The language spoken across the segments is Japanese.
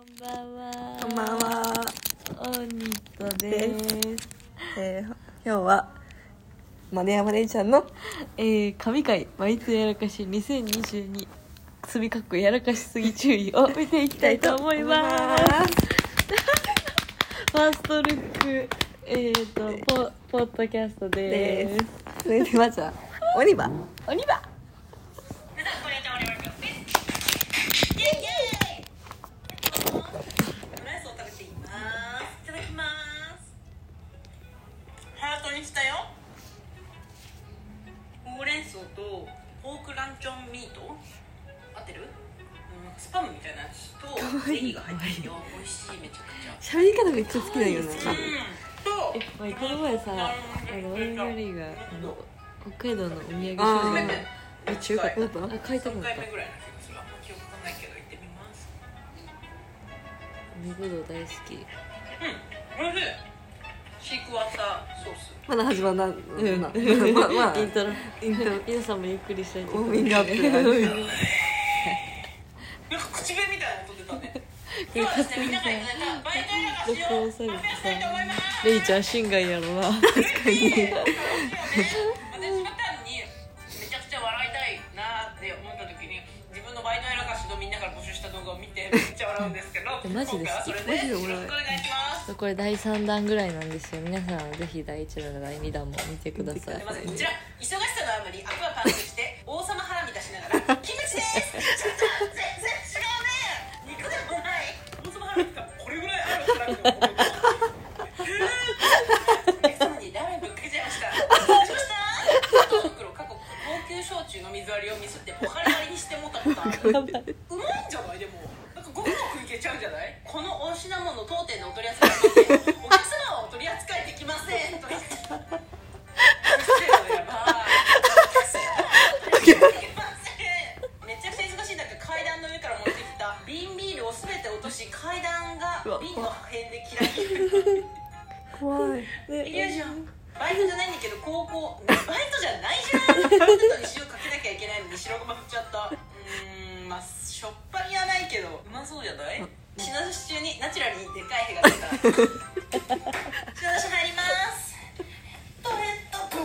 んばんは。 こんばんは。 おにとです。 今日はマネヤマネちゃんの神回バイトやらかし2022墨かっこやらかしすぎ注意を見ていきたいと思います。ファーストルックポッドキャストです。 それでまずはオニバ。 ハートにしたよ。ほうれん草とポークランチョンミート合ってる？スパムみたいなやつとネギが入ってるよ。美味しい。めちゃくちゃ喋り方めっちゃ好きだよね。 この前さ我々が北海道のお土産商品めっちゃ良かった。買いたくなった。 3回目ぐらいな気がする。あんま記憶がないけど行ってみます。 海ぶどう大好き。 おいしい。シークワーサーソース。 まだ始まんない。まあイントロ皆さんもゆっくりしたいとウォーミングアップなんか口笛みたいなの撮ってたね。今日はですね、みんながいただいたバイトやらかしを録音されて発表したいと思います。 さレイちゃん心外やろな。 確かに。 私が単にめちゃくちゃ笑いたいなって思った時に自分のバイトやらかしのみんなから募集した動画を見てめっちゃ笑うんですけどマジで好き。 今回はそれでよろしくお願いします。 これ第3弾ぐらいなんですよ。皆さんはぜひ第1弾第2弾も見てください。 まずこちら、忙しさのあまりアクアパンツして王様ハラミ出しながらキムチですちょっと全然違うね、肉でもない王様ハラミかこれぐらいあるハラミのお客様にラーメンぶっかけちゃいましたどうしました当袋過去高級焼酎の水割りをミスってポカリ割りにしてもったことあるうまいんじゃない？でもなんかゴクゴクいけちゃうんじゃない？このお品物当店のお取り扱いでお客様はお取り扱いできませんと言ってめちゃくちゃ忙しい中、階段の上から持ってきた瓶ビールを全て落とし階段が瓶の破片で嫌い怖い。 いるじゃん。バイトじゃないんだけど高校バイトじゃないじゃん。ポテトに塩かけなきゃいけないのに白ごま振っちゃった。まあしょっぱみはないけどうまそうじゃない？品出し中にナチュラルにでかい屁が出た。品出し入ります。トレッドブ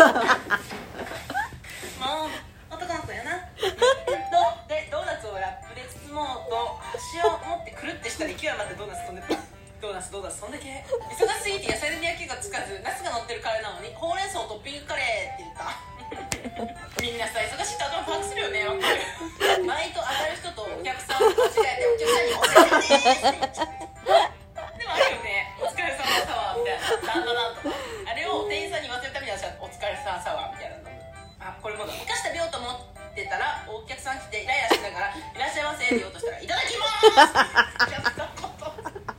もう男の子やな。でドーナツをラップで包もうと端を持ってくるってしたら勢い余ってドーナツ飛んでった。ドーナツそんだけ忙しすぎて野菜の見分けがつかずナスが乗ってるカレーなのにほうれん草トッピングカレーって言った。みんなさ忙しいと頭パンクするよね。わかる。前と当たる人とお客さんを間違えてお客さんにお疲れですって言っちゃう。でもあるよね、お疲れ様サワーみたいな、なんとかあれを店員さんに言わせるために私はお疲れ様サワーみたいなの。あ、これもだ。生かしてみようと思ってたらお客さん来てイライラしながらいらっしゃいませって言おうとしたらいただきますってやったこと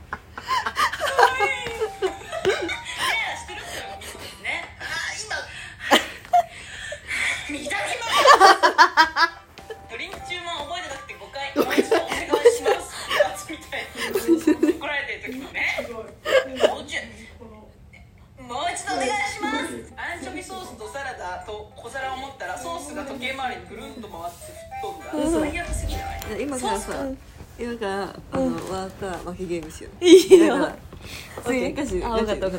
ドリンク注文覚えてなくて5回もう一度お願いしますみたいに怒られてる時もねもう一度お願いします。アンチョビソースとサラダと小皿を持ったらソースが時計回りにぐるんと回って吹っ飛んだ。最悪すぎない？ 今からさ、今からワーカー負けゲームしよう。 いいよ。 次歌詞。 あ、分かった。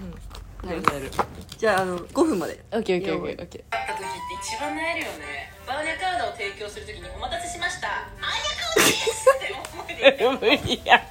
じゃあ5分まで。 オッケー。 会った時って一番悩るよね。バーニャカードを提供する時にお待たせしましたアーニャカードですって思いで言って無理や。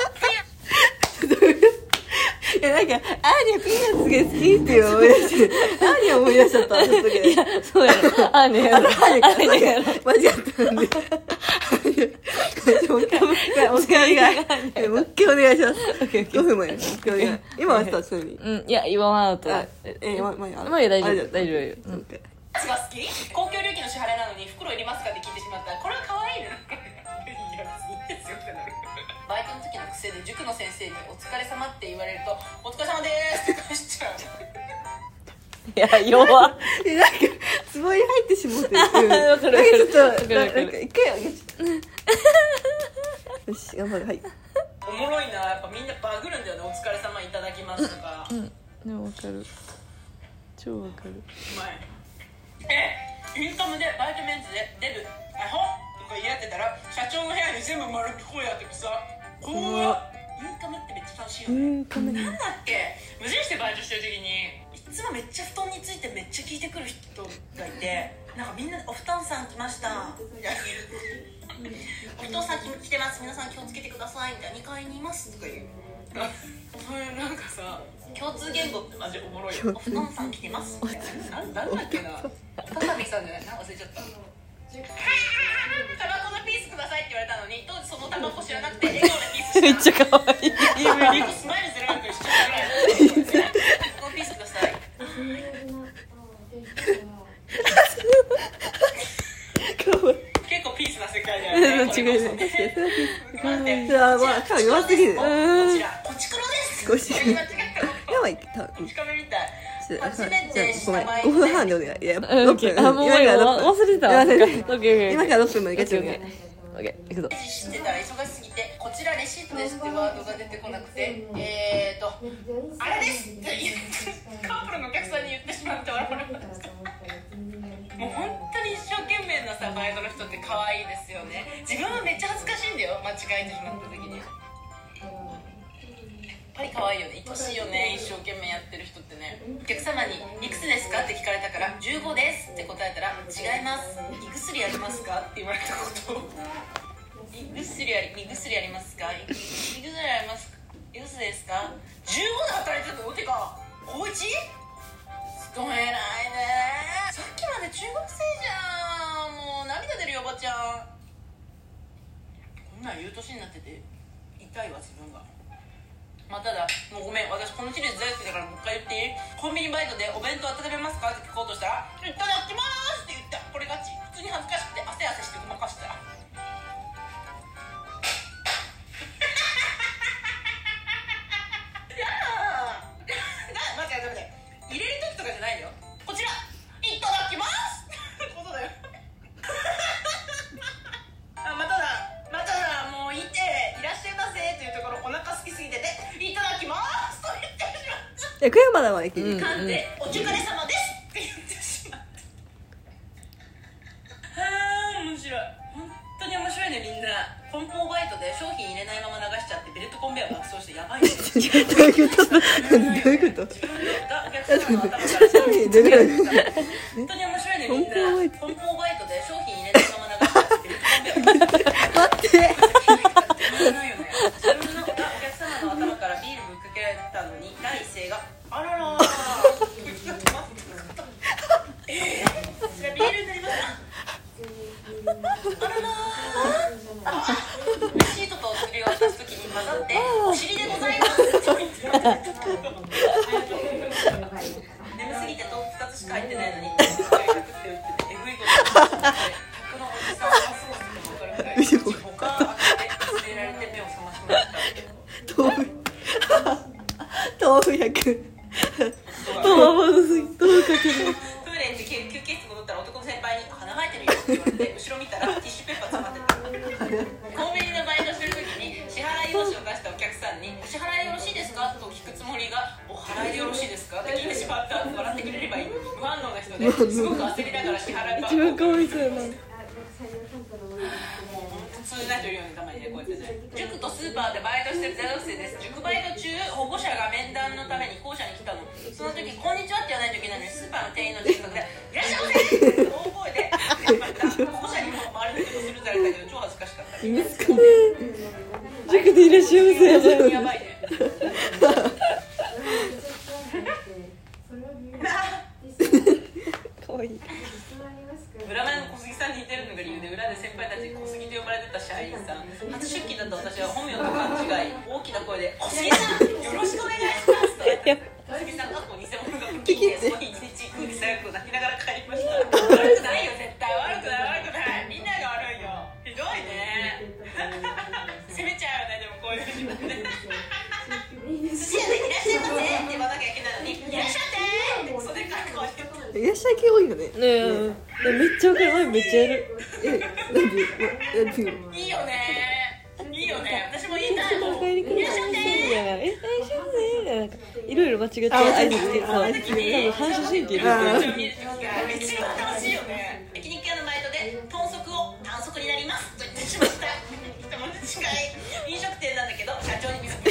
いやなんかアーニャピーナッツが好きって思い出してアーニャ思い出しちゃった。 いやそうやろ。あーねやろ。 間違ったんでもう一回お願いします。5分前今はさちなみにいや今はアウト。 まあ大丈夫。 が好き？公共料金の支払いなのに袋いりますかって聞いてしまったらこれは可愛いね。いやいいですよってなる。バイトの時の癖で塾の先生にお疲れ様って言われるとお疲れ様ですって返しちゃう。 いや弱っ。 なんかつぼに入ってしもうてる。 わかる。 ちょっとなんか一回あげちゃった。よし頑張る。はい。 おもろいな。やっぱみんなバグるんだよね。お疲れ様いただきますとか。 でもわかる。超わかる。 うまい。インカムでバイトメンツでデブアホとか言い合ってたら社長の部屋に全部丸聞こえやってさ、こ怖っ。インカムってめっちゃ楽しいよね。なんだっけ、無印でバイトしてる時にいつもめっちゃ布団についてめっちゃ聞いてくる人がいて、なんかみんなお布団さん来ましたみたいなお布団さん来てます、皆さん気をつけてくださいみたいな、2階にいますとか言うそれなんかさ、共通言語ってマジおもろいよ。お布団さん来てますみたいな、なんだっけな、高見さんじゃない、なんか忘れちゃった。タバコのピースくださいって言われたのに、当時そのタバコ知らなくて笑顔でピースした。めっちゃ可愛い。スマイルするなんか一緒にぐらい。このピースください。結構ピースな世界だよね。違うね。 まあ顔弱すぎる。 こちらこち黒です。 こち黒。やばい。 こち亀みたい。初めじゃてごめん、5分半でお願い。いや、6分。 あ、もう忘れてた。 今から6分までいかちゃうね。オッケー、行くぞ。 知ってたら忙しすぎて、こちらレシートですってワードが出てこなくて、あれですってカップルのお客さんに言ってしまって笑われました。もう本当に一生懸命なさバイトの人って可愛いですよね。自分はめっちゃ恥ずかしいんだよ、間違えてしまった時に。やっぱり可愛いよね、愛しいよね、一生懸命やってる人ってね。お客様にいくつですかって聞かれたから15ですって答えたら、違います、胃薬ありますかって言われたこと胃薬ありますか、胃薬ありますか、いくつですか。15で働いてるのてか高 1？ すごい偉いね。さっきまで中学生じゃん。もう涙出るよおばちゃん。こんなん言う年になってて痛いわ自分が。まあ、ただもうごめん、私このシリーズ大好きだからもう一回言っていい？コンビニバイトでお弁当温めますかって聞こうとしたら、いただきまーすって言った。これガチ。普通に恥ずかしくて汗してごまかした。入れる時とかじゃないのよ。こちらいただきますことだよまただもういていらっしゃいませというところ、お腹空きすぎてていただきますと言ってしまった。 クヤまだはいける。 噛んでお疲れ様ですって言ってしまった。面白い、本当に面白いね。みんな梱包バイトで商品入れないまま流しちゃってベルトコンベヤー爆走してやばいねどういうことどういうこと自分のお客様の頭から商品本当に面白いね。みんな梱包バイトで商品入れないまま流しちゃってベルトコンベヤー待ってないよね。自分のお客様の頭からビールぶっかけられたのに第一声があららそれビールになりますあららレシートとお釣りを渡すときに混ざってお尻でございますと言って眠すぎてと2つしか入ってないのに100って打っててえぐいことになって客のおじさんがそうすると分かるくらい他開けて捨てられて目を覚ましました。 豆腐100豆腐かける。 トイレ行って休憩室戻ったら男の先輩に鼻生えてるよって言われて後ろ見たらティッシュペーパー詰まってた。コンビニのバイトしてる時に支払い用紙を出したお客さんにお支払いよろしいですかと聞くつもりがお払いでよろしいですかって聞いてしまった。笑ってくれればいいのに無反応な人ですごく焦りながら支払い一番かわいそうやな。 通じないというようにたまにね、こうやってね。塾とスーパーでバイトしてるゼロ生です。塾バイト中、保護者が面談のために校舎に来たの。その時、こんにちはって言わないといけないのに、スーパーの店員の近くでいらっしゃいませって大声で保護者にも周りの人とするされたけど超恥ずかしかった。 塾でいらっしゃいませ。 やばいね。 かわいい。 裏前の小杉さんに似てるのが理由で裏で先輩たちに小杉と呼ばれてた社員さん。初出勤だった私は本名と勘違い大きな声で小杉さんよろしくお願いしますと小杉さんが偽物が聞いてその日一日空気最悪を泣きながら帰りました。悪くないよ絶対悪くないみんなが悪いよ。ひどいね責めちゃうよね。でもこういう自分で寿司屋でいらっしゃいませって言わなきゃいけないのにいらっしゃってってクソでかい声でいらっしゃい系多いよね。 ねえ、めっちゃわかる。めっちゃやる。 いいよね。いいよね。私も言いたいもん。 帰りください。なんかいろいろ間違って合図つけてさ、多分反射神経で。 一番楽しいよね。焼肉屋のバイトで豚足を短足になりますと言ってしまった。一文字近い飲食店なんだけど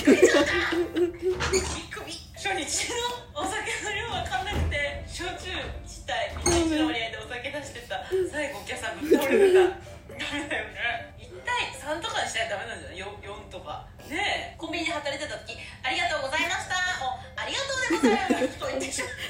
出ちゃったびっくり。初日のお酒の量わかんなくて焼酎自体1の割合でお酒出してた。最後お客さんぶっ倒れてた。ダメだよね。1対3とかにしないとダメなんじゃない？ 4とかねえ。コンビニで働いてた時ありがとうございましたおありがとうでございますと言ってしま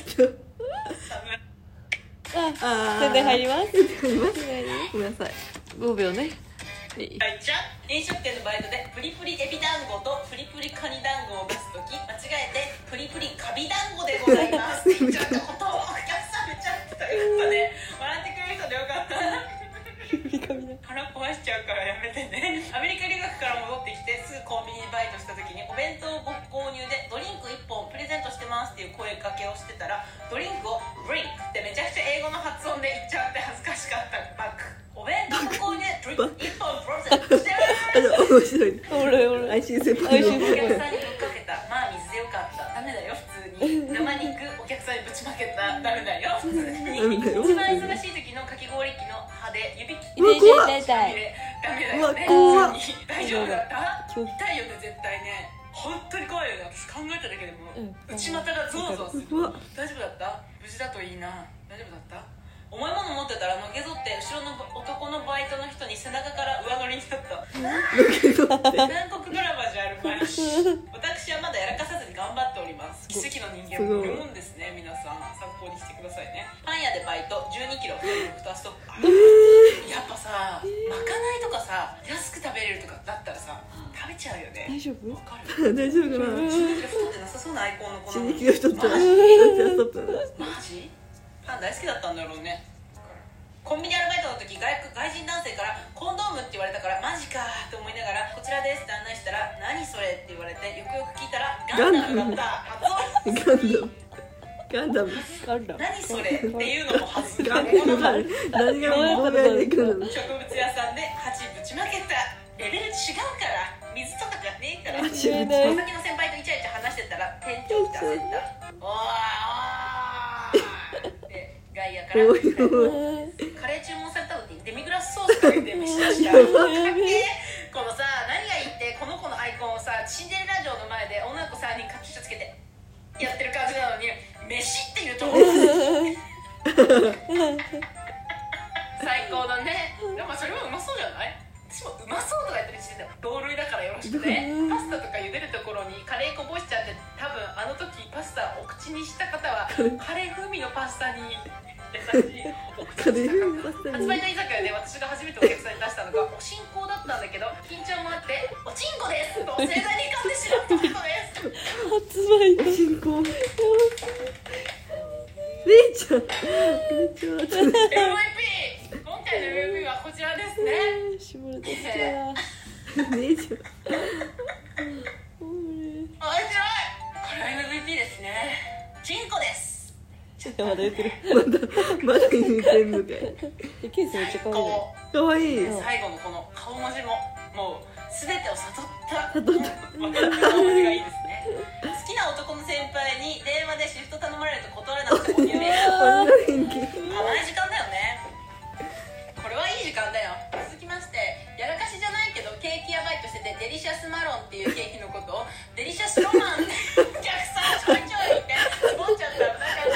ったあ、宣伝入ります。 ごめんなさい。 5秒ね。 はい、じゃあ飲食店のバイトでプリプリエビ団子とプリプリカニ団子を出すとき間違えてプリプリカビ団子でございますって言っちゃったことをお客さんめちゃったよかったね。笑ってくれる人でよかった腹壊しちゃうからやめてね。アメリカ留学から戻ってきてすぐコンビニバイトした時にお弁当ご購入でドリンク1本プレゼントしてますっていう声かけをしてたらドリンクをドリンクってめちゃくちゃ英語の発音で言っちゃって恥ずかしかった。バックお弁当ご購入でドリンク1本プレゼントしてます面白い。 俺愛心先輩の。 お客さんにぶっかけた。まあ水でよかった。ダメだよ普通に。生肉お客さんにぶちまけた。ダメだよ普通に。一番忙しい時のかき氷機の刃で指切ってダメだよね。大丈夫だった？痛いよね絶対ね。本当に怖いよね。私考えただけでも内股がゾワゾワする。大丈夫だった？無事だといいな。大丈夫だった？重いもの持ってたらのけぞって後ろの男のバイトの人に背中から上乗りになった。韓国ドラマじゃあるまいし。私はまだやらかさずに頑張っております。奇跡の人間もいるもんですね。皆さん参考にしてくださいね。パン屋でバイト12キロ2ストップ。やっぱさまかないとかさ安く食べれるとかだったらさ食べちゃうよね。 大丈夫？ わかる？ 大丈夫かな。 12キロ太ってなさそうなアイコンの子なの。 12キロ太ったらマジ？パン大好きだったんだろうね。コンビニアルバイトの時外人男性からコンドームって言われたからマジかって思いながらこちらですって案内したら何それって言われてよくよく聞いたらガンダムだった。 ガンダム何それっていうのも恥ずかしい。 何が求められてくるの。 植物屋さんで鉢ぶちまけた。レベル違うから水とかじゃねえから。お知ら酒ない。 の先輩とイチャイチャ話してたら店長来て焦った。おーって外野からカレー注文された時にデミグラスソースかけて召し出した。このさ何がいいってこの子のアイコンをさシンデレラ城の前で女の子3人カチューシャつけてやってる感じなのに飯っていうと最高だね。でもそれもうまそうじゃない？私もうまそうとか言ってる時点で同類だからよろしくね。パスタとか茹でるところにカレーこぼしちゃって多分あの時パスタお口にした方はカレー風味のパスタに優しいお口にした方。発売の居酒屋で私が初めてお客さんに出したのがおしんこだったんだけど緊張もあっておちんこですと盛大に噛んでしまったことです。 発売の進行レイちゃん MVP 今回の MVP はこちらですね。 絞れてきた。 レイちゃん面白い。これは MVP ですね。チンコです。 まだ言ってる。 まだ言ってんのかい。 ケースめっちゃ可愛い。 かわいい。 最後のこの顔文字ももう全てを悟った顔文字がいいですね。好きな男の先輩に電話でシフト頼まれると断れなくても有名な甘い時間だよね。これはいい時間だよ。続きましてやらかしじゃないけどケーキ屋バイトしててデリシャスマロンっていうケーキのことをデリシャスロマンってお客さんちょいちょい言ってつぼっちゃったら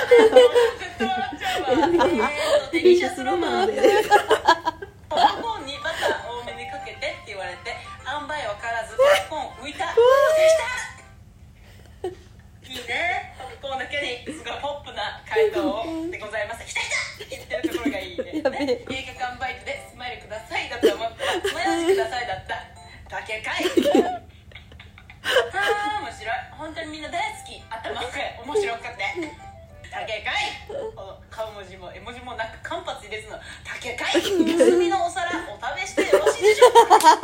なんかずっと笑っちゃうわ。デリシャスロマンってポップコーンにバター多めにかけてって言われて塩梅分からずポップコーン浮いた。いいね。ポップコーンだけにすごいポップな回答でございます。ひたひたって言ってるところがいいね。映画館バイトでスマイルくださいだと思ったらスマイルしてくださいだった。竹かい。あー面白い。本当にみんな大好き。頭が面白くて竹かい。顔文字も絵文字もなく間髪入れずの竹かい。盗みのお皿お食べしてよろしいでしょうか。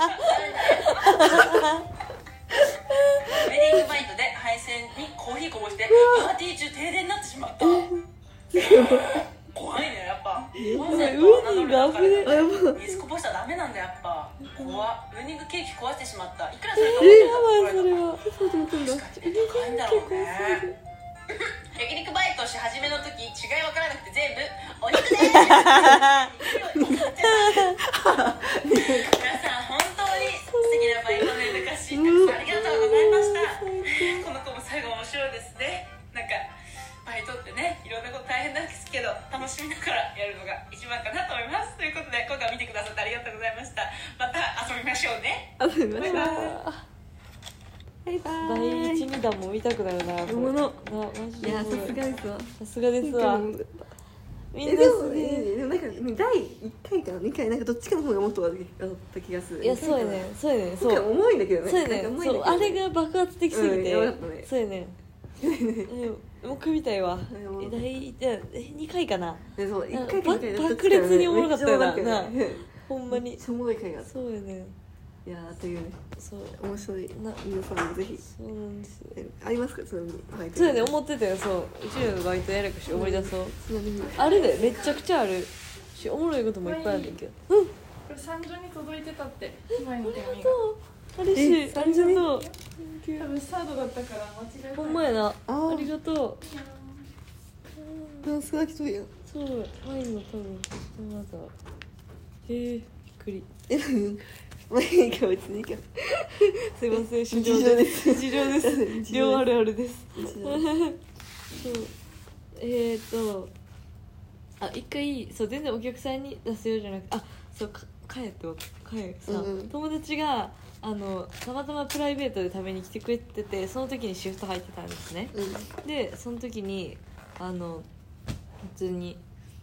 ウェディングバイトで配線にコーヒーこぼしてパーティー中停電になってしまった。怖いねやっぱ。コンセントを侮るなかれだ水こぼしたらダメなんだやっぱ。怖っ。ウェディングケーキ壊してしまった。いくらすると思ってたこれだ。確かに高いんだろうね。焼肉バイトし始めの時違い分からなくて全部お肉です。皆さん本当に素敵なバイトの昔たくさんありがとうございます。 バイバ第ーイ。 一二弾も見たくなるなこれおもろなマジでいやさすがですわ。 さすがですわみんなでもなんか第1回か2回なんかどっちかの方がもっと悪かった気がする。 いやそうやねそうやね今回重いんだけどね。 そうやねなんか重いんだけどそうあれが爆発的すぎて、 やばかったね。 そうやねもう一回見たいわもう 2回かなでそう1回か2回爆裂におもろかったよなめっちゃおもろかったよねほんまにめっちゃおもろい回があった。 そうやねいやーというねそう面白いな皆さんもぜひそうなんですよありますかちなみにバイトそうやね思ってたよそううちらのバイトやるかし思い出そうちなみにあるでめちゃくちゃあるしおもろいこともいっぱいあるんだけどこれ三女に届いてたって前の手紙が嬉しいありがとう多分サードだったから間違えたほんまやなあーありがとうダンスが来とるやんそうワインの多分まだびっくりまあいいか別にいいかすいません日常です日常です日常両あるあるです日常そう一回そう全然お客さんに出すようじゃなくてそう帰ってさ、友達がたまたまプライベートで食べに来てくれててその時にシフト入ってたんですね、でその時に普通に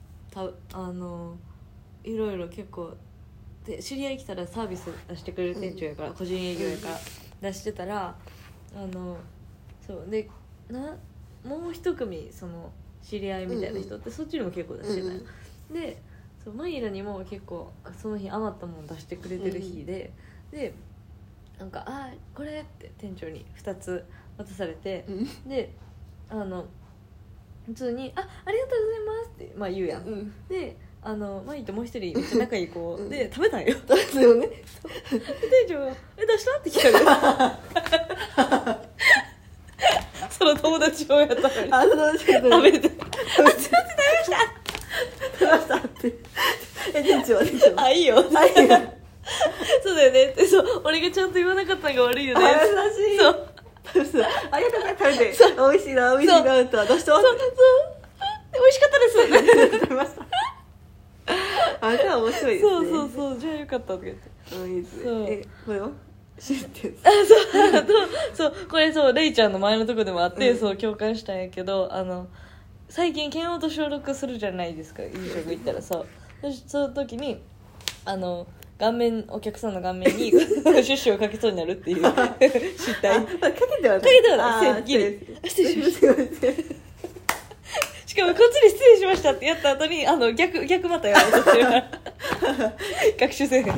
いろいろ結構で知り合い来たらサービス出してくれる店長やから、個人営業やから出してたらそうでもう一組その知り合いみたいな人ってそっちにも結構出してない、でそうマイラにも結構その日余ったもの出してくれてる日で、でなんかこれって店長に2つ渡されて、で普通にありがとうございますって、言うやん、でマイともう一人めっちゃ仲いい子で食べたんよですよね店長が「どうした?」って聞かれてその友達をやったのに食べて食べましたって店長いいよそうだよねってそう俺がちゃんと言わなかったのが悪いよね優しいそうありがとうございます食べて美味しいな美味しいなとはどうしたそう美味しかったです食べましたあれは面白いですねそうじゃあよかったとか言っていいですそうねこれは知ってるそうこれそうレイちゃんの前のとこでもあって、そう共感したんやけど最近検温と消毒するじゃないですか飲食行ったらその時にお客さんの顔面にシュッシュをかけそうになるっていう失態かけてはない失礼しましたしかもこっちで失礼しましたってやった後に逆またやろうとしてるから学習せえへん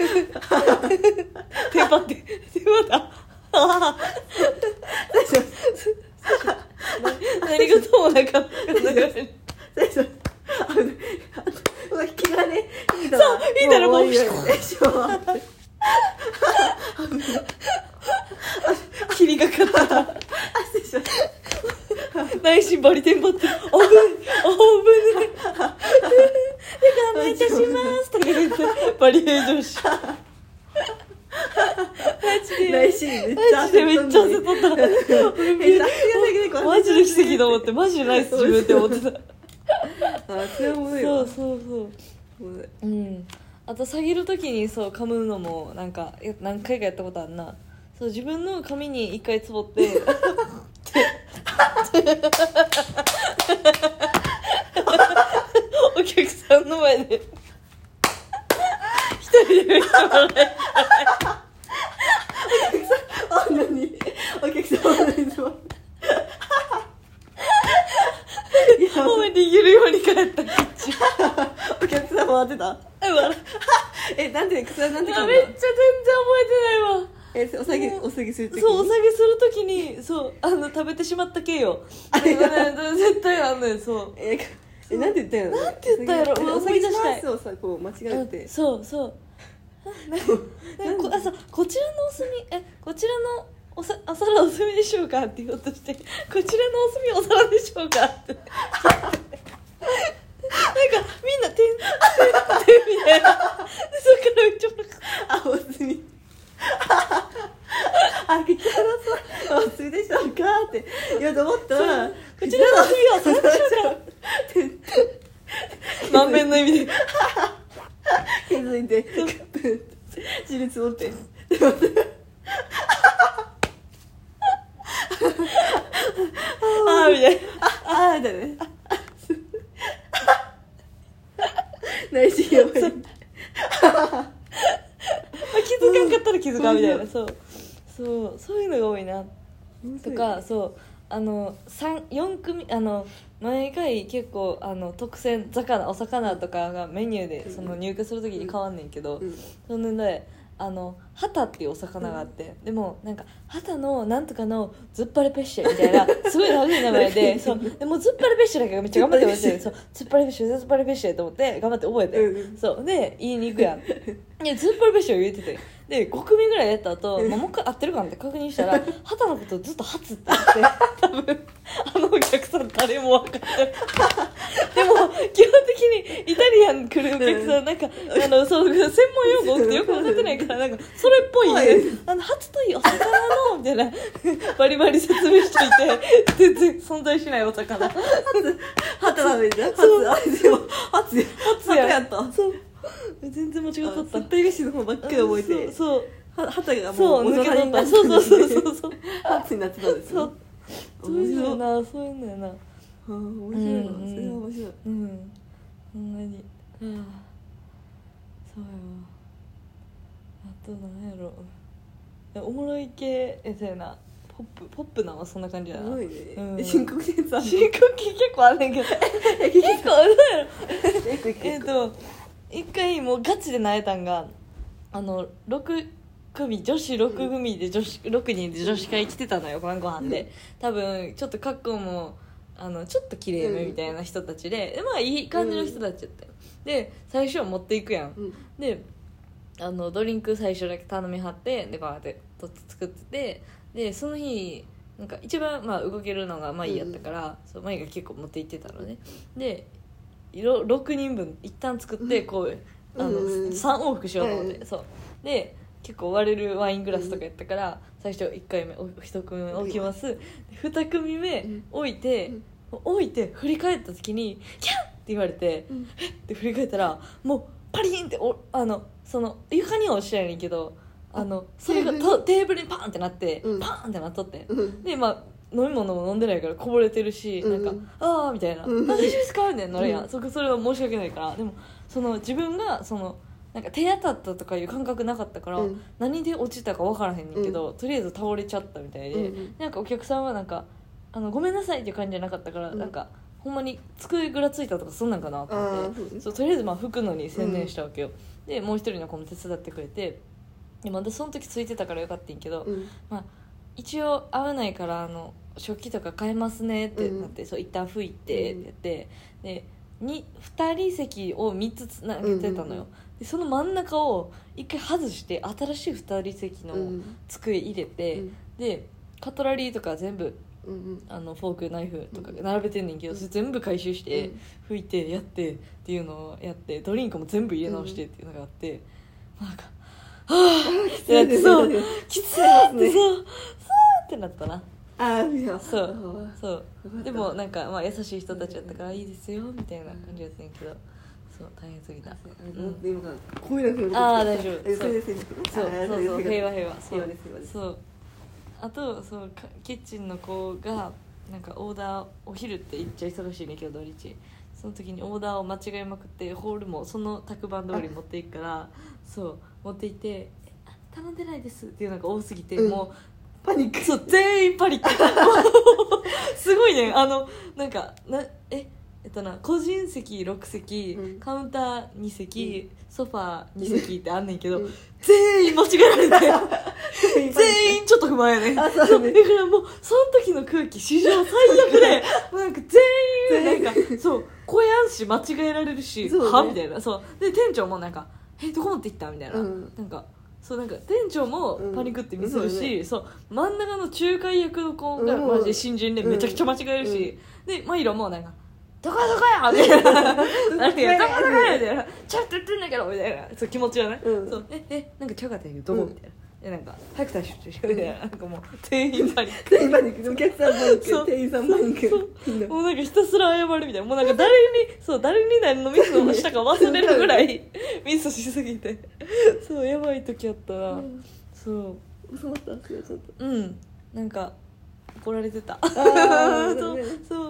テンパってた何事もなかった最初気がねいいたらもう霧がかった内心バリテンパって危ねだからいたしますとか言ってバリ平常心内心めっちゃ焦っとったマジで奇跡と思ってマジでナイス自分って思ってたそれはおもろいわそうあと下げる時にそう噛むのもなんか何回かやったことあるなそう自分の髪に一回つぼってお客さんの前で一人でめっちゃ笑お客さんお前逃げるように帰ったお客さん回ってたなんでそれなんでめっちゃ全然覚えてないわお下げするときにそうお下げするときにそう食べてしまった系よ絶対あんのよそうなんて言ったんやろなんて言ったんやろお下げしますをさこう間違えてそうそうこちらのお墨こちらのお皿お墨でしょうかって言おうとしてこちらのお墨お皿でしょうかってなんかみんな手みたいなそっからめっちゃお墨こちらのお墨でしょうかって言おうと思ったらこちらのお墨はお皿でしょうか満面の意味で気づいて汁つぼってみたいなね内心やばい気づかんかったら気づかんみたいなそういうのが多いなとかそう4組毎回結構特選お魚とかがメニューでその入荷する時に変わんねんけど、そのねハタっていうお魚があって、でもなんかハタのなんとかのズッパレペッシェみたいなすごい長い名前でそうでもズッパレペッシェだけがめっちゃ頑張って覚えてそうズッパレペッシェズッパレペッシェと思って頑張って覚えて、そうで言いに行くやんでズッパレペッシェを言っててで5組ぐらいやった後、もう一回合ってるかなって確認したらハタのことずっとハツって言って多分お客さん誰も分かってないでも基本的にイタリアン来るお客さんなんかそう専門用語ってよく分かってないからなんかそれっぽいねハツといいお魚のみたいなバリバリ説明しといて全然存在しないお魚ハタダメじゃんハツやったそう全然間違っとったすっぺりしの方ばっかり覚えてそうハタがもそうう抜け取ったそうハツになってたんですよそういうのやなそういうのやな面白いなそれは面白いほんまにそうやわあとなんやろおもろい系そうやなポップなんはそんな感じやなすごいね深呼吸さ深呼吸結構あんねんけど結構あるやろ一回もうガチで泣いたんが6組女子6組で6人で女子会来てたのよ晩ご飯で多分ちょっと格好もちょっと綺麗めみたいな人たちでまあいい感じの人たちだったよで最初は持っていくやんでドリンク最初だけ頼みはってでバーって取って作っててでその日なんか一番まあ動けるのがマイやったから、そうマイが結構持って行ってたのねで6人分一旦作ってこう3往復しようと思って、そうで結構割れるワイングラスとかやったから最初1回目1組目置きます2組目置いて振り返った時にキャンって言われてえって振り返ったらもうパリンってその床には落ちてないねんけどそれがテーブルにパーンってなってパーンってなっとってでまあ飲み物も飲んでないからこぼれてるし、なんかああみたいな、大丈夫ですかみたいなのあるやん、それは申し訳ないからでも自分がなんか手当たったとかいう感覚なかったから、何で落ちたか分からへんねんけど、とりあえず倒れちゃったみたいで、なんかお客さんはなんかごめんなさいっていう感じじゃなかったから、なんかほんまに机ぐらついたとかそんなんかなと思ってそうとりあえずまあ拭くのに専念したわけよ、でもう一人の子も手伝ってくれてでまだその時ついてたからよかったんけど、まあ一応危ないから食器とか変えますねってなって、そう一旦拭いてってやってで2人席を3つつなげてたのよ、でその真ん中を一回外して新しい2人席の机入れて、でカトラリーとか全部フォークナイフとか並べてんねんけど、それ全部回収して拭いてやってっていうのをやってドリンクも全部入れ直してっていうのがあって、なんかはぁってなってそうきつーってそうってなったな。そうでもなんかまあ優しい人たちだったからいいですよみたいな感じやったんやけど、そう大変すぎた。ああ大丈夫。そう平和そうあとキッチンの子がなんかオーダーお昼って言っちゃ忙しいねんけど土日その時にオーダーを間違えまくってホールもその卓番通り持っていくからそう持っていて頼んでないですっていうのが多すぎて、もうパニックそう全員パニックすごいねなんか個人席6席、カウンター2席、ソファー2席ってあんねんけど、全員間違えられて全員ちょっと不満やねだからもうその時の空気史上最悪でもうなんか全員なんかそうこやんし間違えられるし、はみたいなそうで店長もなんかどこ持って行ったみたいな、なんかそうなんか店長もパニックってミスるし、そう真ん中の仲介役の子がマジで新人でめちゃくちゃ間違えるし、でマイロもなんかどこやみたいななんかどこやみたいなちゃんと言ってんだけどみたいなそう気持ちはね、そうなんかちゃうかったんやけどどこみたいな。なんか早く退出してみたいな、なんかもう店員パニック店員パニックお客さんパニック店員さんパニックもうなんかひたすら謝るみたいな、もうなんか誰に何のミスをしたか忘れるぐらいミスしすぎてそうやばい時あったら、そう収まったんですよちょっとなんか怒られてたそう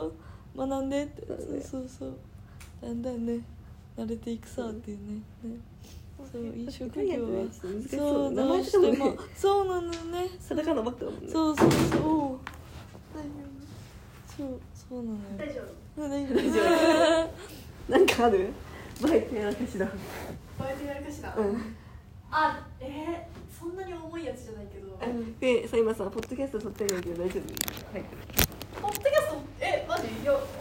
学んでってそうねそうだんだんね慣れていくさっていうねそう飲食業はそうどうしてもそうなのよね裸のばっかだもんね。 そう大丈夫そうなのよ大丈夫。 大丈大丈夫。なんかある？バイトやらかしだ。 バイトやるかしら。 うん。 あ、そんなに重いやつじゃないけど。 で、さ今さポッドキャスト撮ってるんだけど大丈夫？はい。 ポッドキャストマジ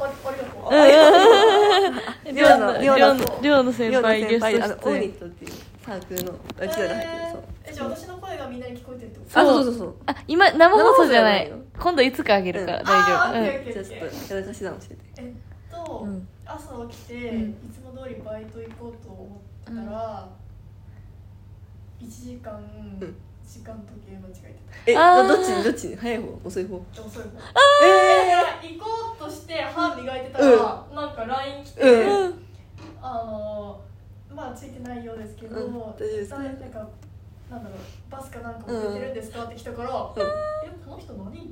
ありがとう。 寮の先輩ゲストオー出演ニットっていうサークルのうちらが入ってるそう。 じゃあ私の声がみんなに聞こえてるってこと？ そう。 あ今生放送じゃない生放送じゃないよ今度いつかあげるから大丈夫オッケーオッケーじゃあちょっとやらかしだの教えて。 朝起きて、 うんいつも通りバイト行こうと思ったら、1時間、時間時計間違えてどっち早い方遅い方？ た。遅い方。行こうとして歯磨いてたら、なんか LINE 来て、まあついてないようですけど、 大丈夫ですなんかなんだろうバスかなんか遅れてるんですかって来たから、この人何？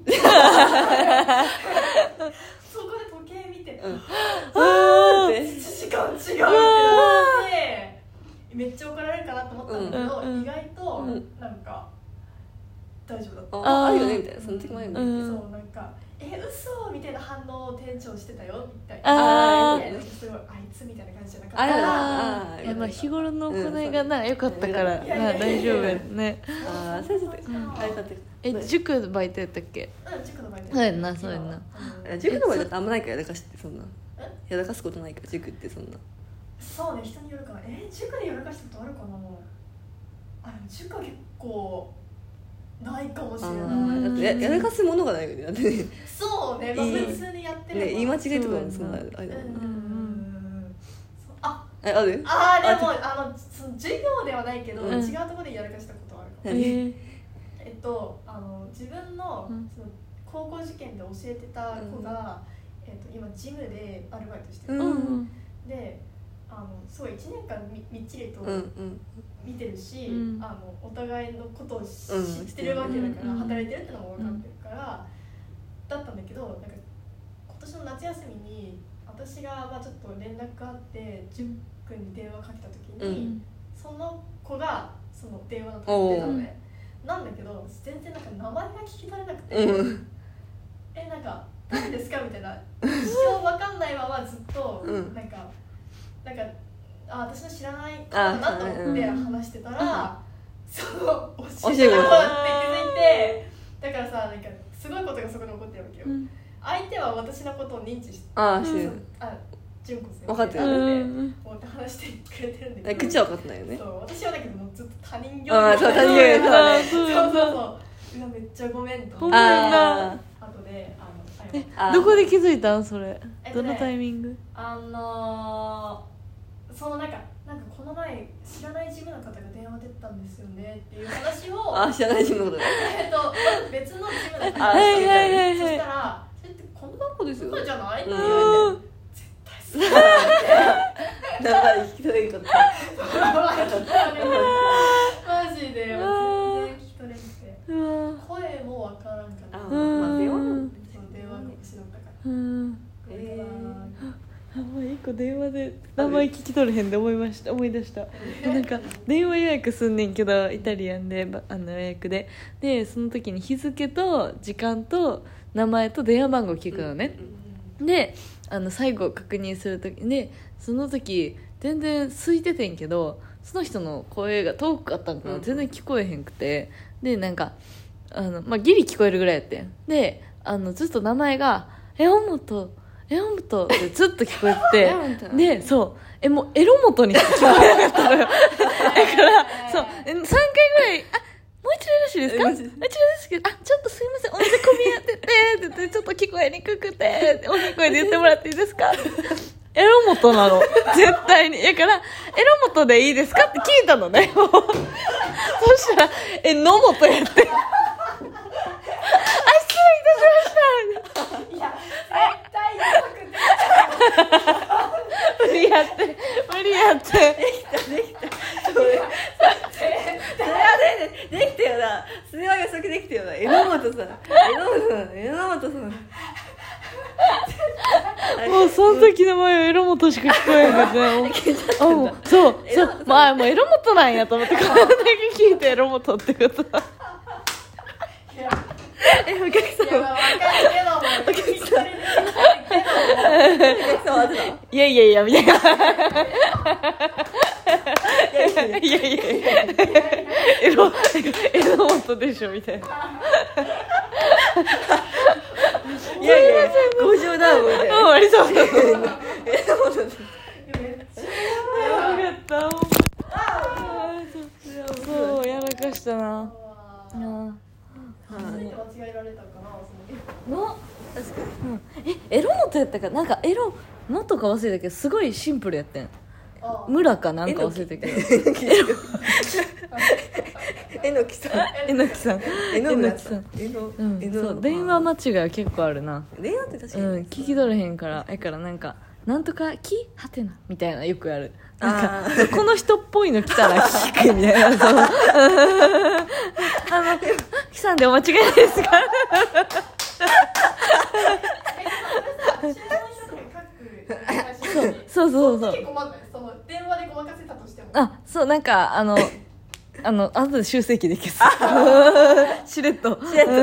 そこで時計見て、1時間違うってなってめっちゃ怒られるかなと思ったんだけど、意外となんか大丈夫だった。 あるよねみたいなその時もあるよね。 そうなんか嘘みたいな反応を店長してたよみたいな。すごいあいつみたいな感じじゃなかったから。 まあ日頃の行いがな良かったから大丈夫やね。 そうそうそう。 塾バイトやったっけ？ 塾のバイト。 そうやんなそうやんな。 塾のバイトってあんまないからやらかしってそんな。やらかすことないから塾ってそんな。 そうね人によるから塾でやらかしたことあるかな。でも塾は結構ないかもしれない。 やらかすものがないよねだってね。 そうね、まあ、普通にやってる。 言い間違いとかもそんなあれだもんね。 ある？ でもその授業ではないけど、違うところでやらかしたことあるかも。自分のその高校受験で教えてた子が、今ジムでアルバイトしてる。で、すごい1年間みっちりと見てるし、お互いのことを知ってるわけだから、働いてるってのも分かってるから、だったんだけど、なんか今年の夏休みに私がちょっと連絡があって塾に電話かけた時に、その子がその電話の取ってたのね。なんだけど全然なんか名前が聞き取れなくて、なんか誰ですかみたいな一生分かんないままずっとなんか私の知らない子だなと思って話してたら、その教え子って気づいて、だからさなんかすごいことがそこで起こってるわけよ。相手は私のことを認知して純子先生分かってるこうやって話してくれてるんだけど、 口は分かってないよね。 そう私はだけどもうずっと他人行儀そう他人行儀そうだね。 そうめっちゃごめんとごめんな。 後でどこで気づいたんそれ？どのタイミング？ そのなんかこの前知らないジムの方が電話出たんですよねっていう話を知らないジムの方別のジムの方がそしたらそれってこの子ですよじゃないって言われて絶対すごい名前聞き取れんかったマジで全然聞き取れなくて声もわからんかった。電話越しだったから一個電話で名前聞き取れへんで思い出したなんか電話予約すんねんけどイタリアンで予約でその時に日付と時間と名前と電話番号聞くのね。で最後確認する時でその時全然空いててんけどその人の声が遠かったんかな、全然聞こえへんくてでなんかギリ聞こえるぐらいやってんでずっと名前がエオモトってずっと聞こえてでそうもうエロモトにしか聞こえなかったのよだからそう3回ぐらいもう一度よろしいですか？もう一度ですけどちょっとすいませんお店混み合っててって言ってちょっと聞こえにくくて大きい声で言ってもらっていいですか？エロモトなの絶対にだからエロモトでいいですかって聞いたのねそしたら野本やって失礼いたしましたいや絶対よく無理やってできたそれはできたよな。それは予測できたよな。榎本さんもうその時の前はエロ元しか聞こえなくてあもうそうまあもうエロ元なんやと思ってこれだけ聞いてエロ元ってことはいやお客さんいやまあ分かるけどもお客さんいやいやいやみたいないやいやエロ元でしょみたいないやいやご冗談みたいな終わりそうだえでもめっちゃやばかったそうやらかしたな初めて間違えられたかなそのの確かに、エロ元やったかなんかエロ元か忘れたけどすごいシンプルやってん村かなんか忘れたけどえのきさんえのきさんえのえのきさんそう電話間違いは結構あるな電話って確かに聞き取れへんからなんかなんとかきはてなみたいなよくあるなんかこの人っぽいの来たら聞くみたいなそうきさんでお間違いないですかそう結構まだその電話でごまかせたとしてもあそうなんか後で修正機で消すしれっと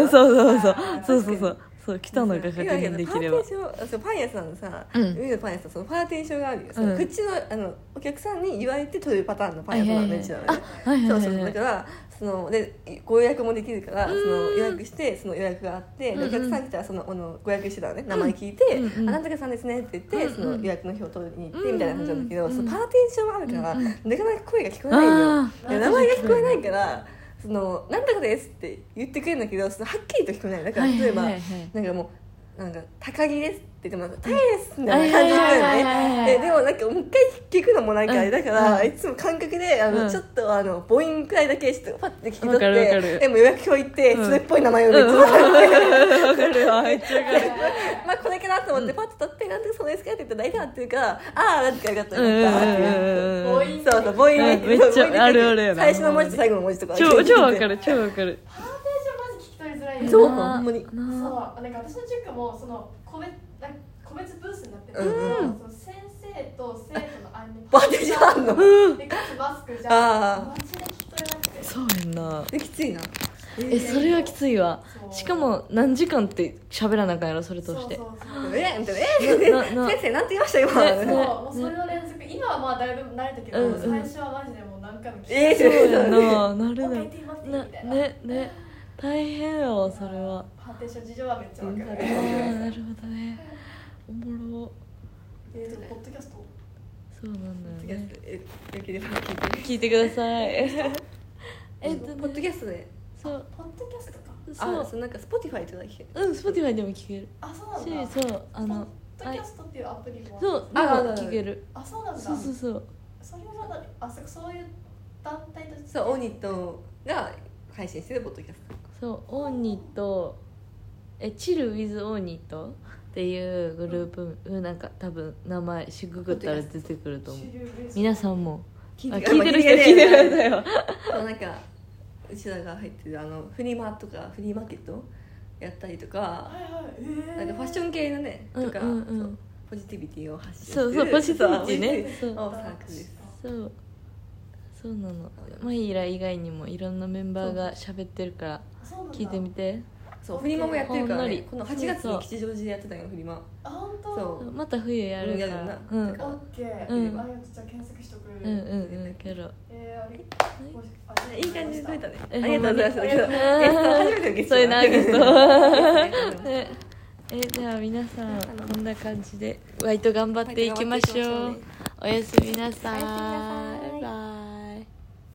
そう来たのが確認できればパン屋さんのさうん海のパン屋さんそのパーテーションがあるよそのうん口のお客さんに言われて取るパターンのパン屋さんのうちなのねはいはいはいそうだからでご予約もできるからその予約してその予約があってでお客さん来たらそのご予約してたのね名前聞いてうんうんあなんとかさんですねって言ってその予約の表を取りに行ってみたいな感じなんだけどうんそのパーテーションがあるからなかなか声が聞こえないあのよで名前が聞こえないからそのなんとかですって言ってくれるんだけどそのはっきりと聞こえないだから例えばはいはいはいなんかもうなんか高木ですって言っても「タイです」みたいな感じになるのねでもなんかもう一回聞くのもなんかあれだからいつも感覚でちょっと母音くらいだけちょっとパッて聞き取っわかるわかるてでも予約表行ってそれっぽい名前をめっちゃわかるわめっちゃわかるまあこれかなと思ってパッと取って「なんとかそうですか?」って言ったら大体合ってるから「ああなんとかよかったよかった」っていう母音そう母音ねめっちゃあるあるやな最初の文字と最後の文字とか超わかる超わかるパーテーションマジ聞き取りづらいよそうなほんまにそうなんか私の塾もその個別ブースになってるけど、 うんその先生と生徒の間にパーテーションあんのでかつマスクじあーゃマジで聞き取れなくてそうやんなきついなそれはきついわそうしかも何時間って喋らなあかんやろそれとしてそうみたいな先生なんて言いました今ねもうそれの連続今はまあだいぶ慣れたけど、 うんうん最初はマジでもう何回も聞いえーそうてやななるなもう一回言ってみますみたいなね大変やわそれはパーテーション事情はめっちゃわかる、 あーなるほどねおもろポッドキャストそうなんだよねよければ聞いてくださいポッドキャストでそうポッドキャストかそうなんか Spotify とか聞け Spotify でも聞けるあそうなんだしそうポッドキャストっていうアプリもそうでも聞けるあそうなんだそうそれはそういう団体としてそうオニットが配信してるポッドキャストそうオーニットチルウィズオーニットっていうグループなんか多分名前ググったら出てくると思う皆さんも聞いてる人聞いてるんだよなんかうちらが入ってるフリマとかフリーマーケットやったりとかはいはいなんかファッション系のねとかうんそうポジティビティを発信してそうるポジティビティねそうサークルですそうなのマイラ以外にもいろんなメンバーが喋ってるから聞いてみてそうフリマもやってるからほんのりねこの8月に吉祥寺でやってたよフリマあ本当そうまた冬やるかやるならオッケーうんありがとうじゃあ検索しとくけどあれいい感じで撮れたねあえりがとうございますほんまにゲスト初めてのゲストそういうなゲストねじゃあ皆さんこんな感じでバイト頑張っていきましょうおやすみなさおやすみなさい